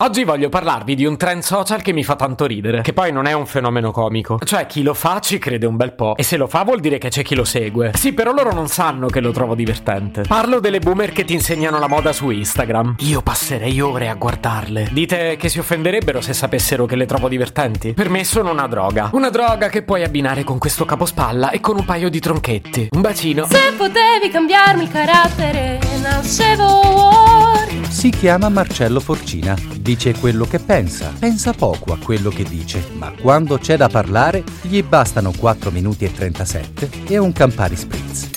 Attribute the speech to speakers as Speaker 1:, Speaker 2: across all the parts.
Speaker 1: Oggi voglio parlarvi di un trend social che mi fa tanto ridere, che poi non è un fenomeno comico. Cioè, chi lo fa ci crede un bel po', e se lo fa vuol dire che c'è chi lo segue. Sì, però loro non sanno che lo trovo divertente. Parlo delle boomer che ti insegnano la moda su Instagram. Io passerei ore a guardarle. Dite che si offenderebbero se sapessero che le trovo divertenti? Per me sono una droga. Una droga che puoi abbinare con questo capospalla e con un paio di tronchetti. Un bacino.
Speaker 2: Se potevi cambiarmi il carattere, nascevo Ward.
Speaker 3: Si chiama Marcello Forcina, dice quello che pensa poco a quello che dice, ma quando c'è da parlare gli bastano 4 minuti e 37 e un Campari Spritz.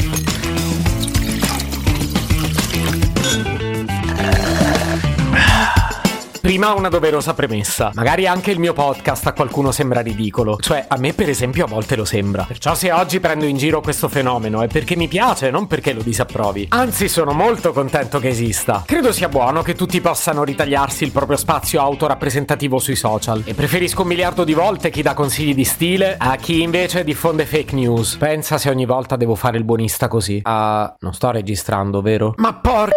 Speaker 1: Prima una doverosa premessa. Magari anche il mio podcast a qualcuno sembra ridicolo. Cioè, a me per esempio a volte lo sembra. Perciò se oggi prendo in giro questo fenomeno è perché mi piace, non perché lo disapprovi. Anzi, sono molto contento che esista. Credo sia buono che tutti possano ritagliarsi il proprio spazio autorappresentativo sui social. E preferisco 1 miliardo di volte chi dà consigli di stile a chi invece diffonde fake news. Pensa se ogni volta devo fare il buonista così. Non sto registrando, vero? Ma porca...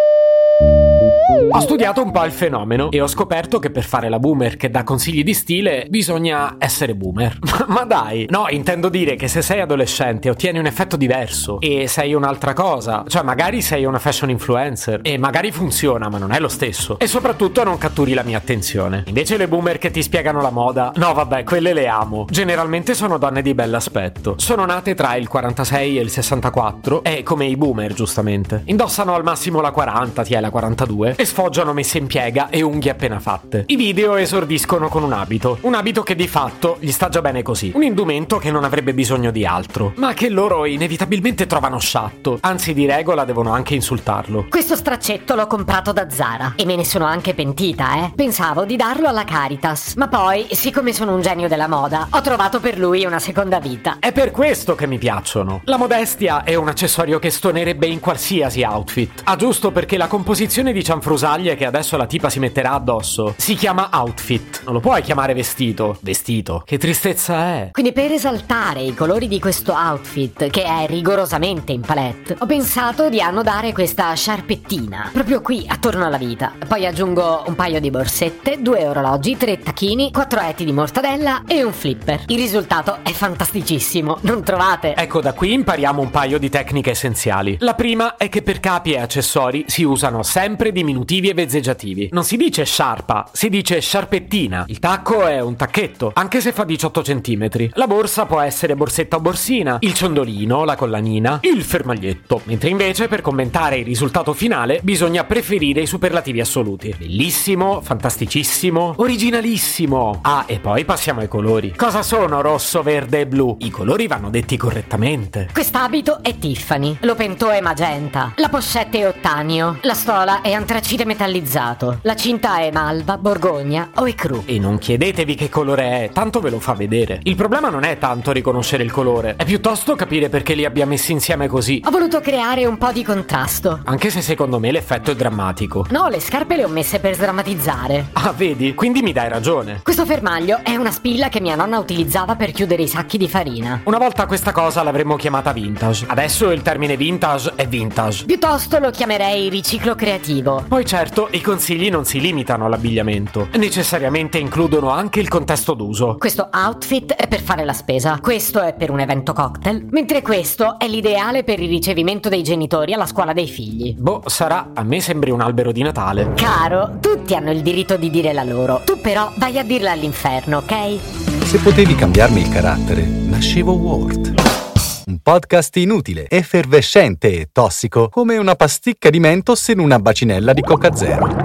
Speaker 1: Ho studiato un po' il fenomeno e ho scoperto che per fare la boomer che dà consigli di stile bisogna essere boomer. Ma dai, no, intendo dire che se sei adolescente ottieni un effetto diverso e sei un'altra cosa. Cioè magari sei una fashion influencer e magari funziona, ma non è lo stesso. E soprattutto non catturi la mia attenzione. Invece le boomer che ti spiegano la moda, no vabbè, quelle le amo. Generalmente sono donne di bell'aspetto. Sono nate tra il 46 e il 64 e come i boomer giustamente. Indossano al massimo la 40, ti è la 42 e sfoggiano messe in piega e unghie appena fatte. I video esordiscono con un abito che di fatto gli sta già bene così, un indumento che non avrebbe bisogno di altro, ma che loro inevitabilmente trovano sciatto, anzi di regola devono anche insultarlo.
Speaker 4: Questo straccetto l'ho comprato da Zara e me ne sono anche pentita, Pensavo di darlo alla Caritas, ma poi, siccome sono un genio della moda, ho trovato per lui una seconda vita.
Speaker 1: È per questo che mi piacciono. La modestia è un accessorio che stonerebbe in qualsiasi outfit. Giusto perché la composizione di cianfrusaglie che adesso la tipa si metterà addosso si chiama outfit. Non lo puoi chiamare vestito. Vestito. Che tristezza è.
Speaker 4: Quindi per esaltare i colori di questo outfit, che è rigorosamente in palette, ho pensato di annodare questa sciarpettina proprio qui, attorno alla vita. Poi aggiungo un paio di borsette, 2 orologi, 3 tacchini, 4 etti di mortadella e un flipper. Il risultato è fantasticissimo, non trovate?
Speaker 1: Ecco, da qui impariamo un paio di tecniche essenziali. La prima è che per capi e accessori si usano sempre diminutivi e vezzeggiativi. Non si dice sciarpa, si dice sciarpettina. Il tacco è un tacchetto, anche se fa 18 centimetri. La borsa può essere borsetta o borsina, il ciondolino, la collanina, il fermaglietto. Mentre invece per commentare il risultato finale bisogna preferire i superlativi assoluti. Bellissimo, fantasticissimo, originalissimo. E poi passiamo ai colori. Cosa sono rosso, verde e blu? I colori vanno detti correttamente.
Speaker 4: Quest'abito è Tiffany, l'opentò è magenta, la pochette è ottanio, la stola è antracite metallizzato, la cinta è malva, borgogna o ecru.
Speaker 1: E non chiedetevi che colore è, tanto ve lo fa vedere. Il problema non è tanto riconoscere il colore, è piuttosto capire perché li abbia messi insieme così.
Speaker 4: Ho voluto creare un po' di contrasto.
Speaker 1: Anche se secondo me l'effetto è drammatico.
Speaker 4: No, le scarpe le ho messe per sdrammatizzare.
Speaker 1: Vedi? Quindi mi dai ragione.
Speaker 4: Questo fermaglio è una spilla che mia nonna utilizzava per chiudere i sacchi di farina.
Speaker 1: Una volta questa cosa l'avremmo chiamata vintage. Adesso il termine vintage è vintage.
Speaker 4: Piuttosto lo chiamerei riciclo creativo.
Speaker 1: Poi certo, i consigli non si limitano all'abbigliamento. Necessariamente includono anche il contesto d'uso.
Speaker 4: Questo outfit è per fare la spesa, questo è per un evento cocktail, mentre questo è l'ideale per il ricevimento dei genitori alla scuola dei figli.
Speaker 1: Sarà, a me sembri un albero di Natale.
Speaker 4: Caro, tutti hanno il diritto di dire la loro. Tu però vai a dirla all'inferno, ok?
Speaker 3: Se potevi cambiarmi il carattere, nascevo Ward. Un podcast inutile, effervescente e tossico, come una pasticca di Mentos in una bacinella di Coca Zero.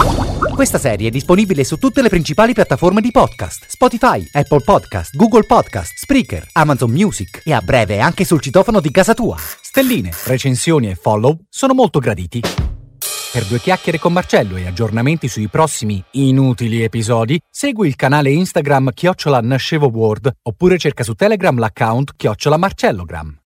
Speaker 5: Questa serie è disponibile su tutte le principali piattaforme di podcast: Spotify, Apple Podcast, Google Podcast, Spreaker, Amazon Music e a breve anche sul citofono di casa tua.
Speaker 3: Stelline, recensioni e follow sono molto graditi. Per 2 chiacchiere con Marcello e aggiornamenti sui prossimi inutili episodi, segui il canale Instagram @NascevoWord oppure cerca su Telegram l'account @Marcellogram.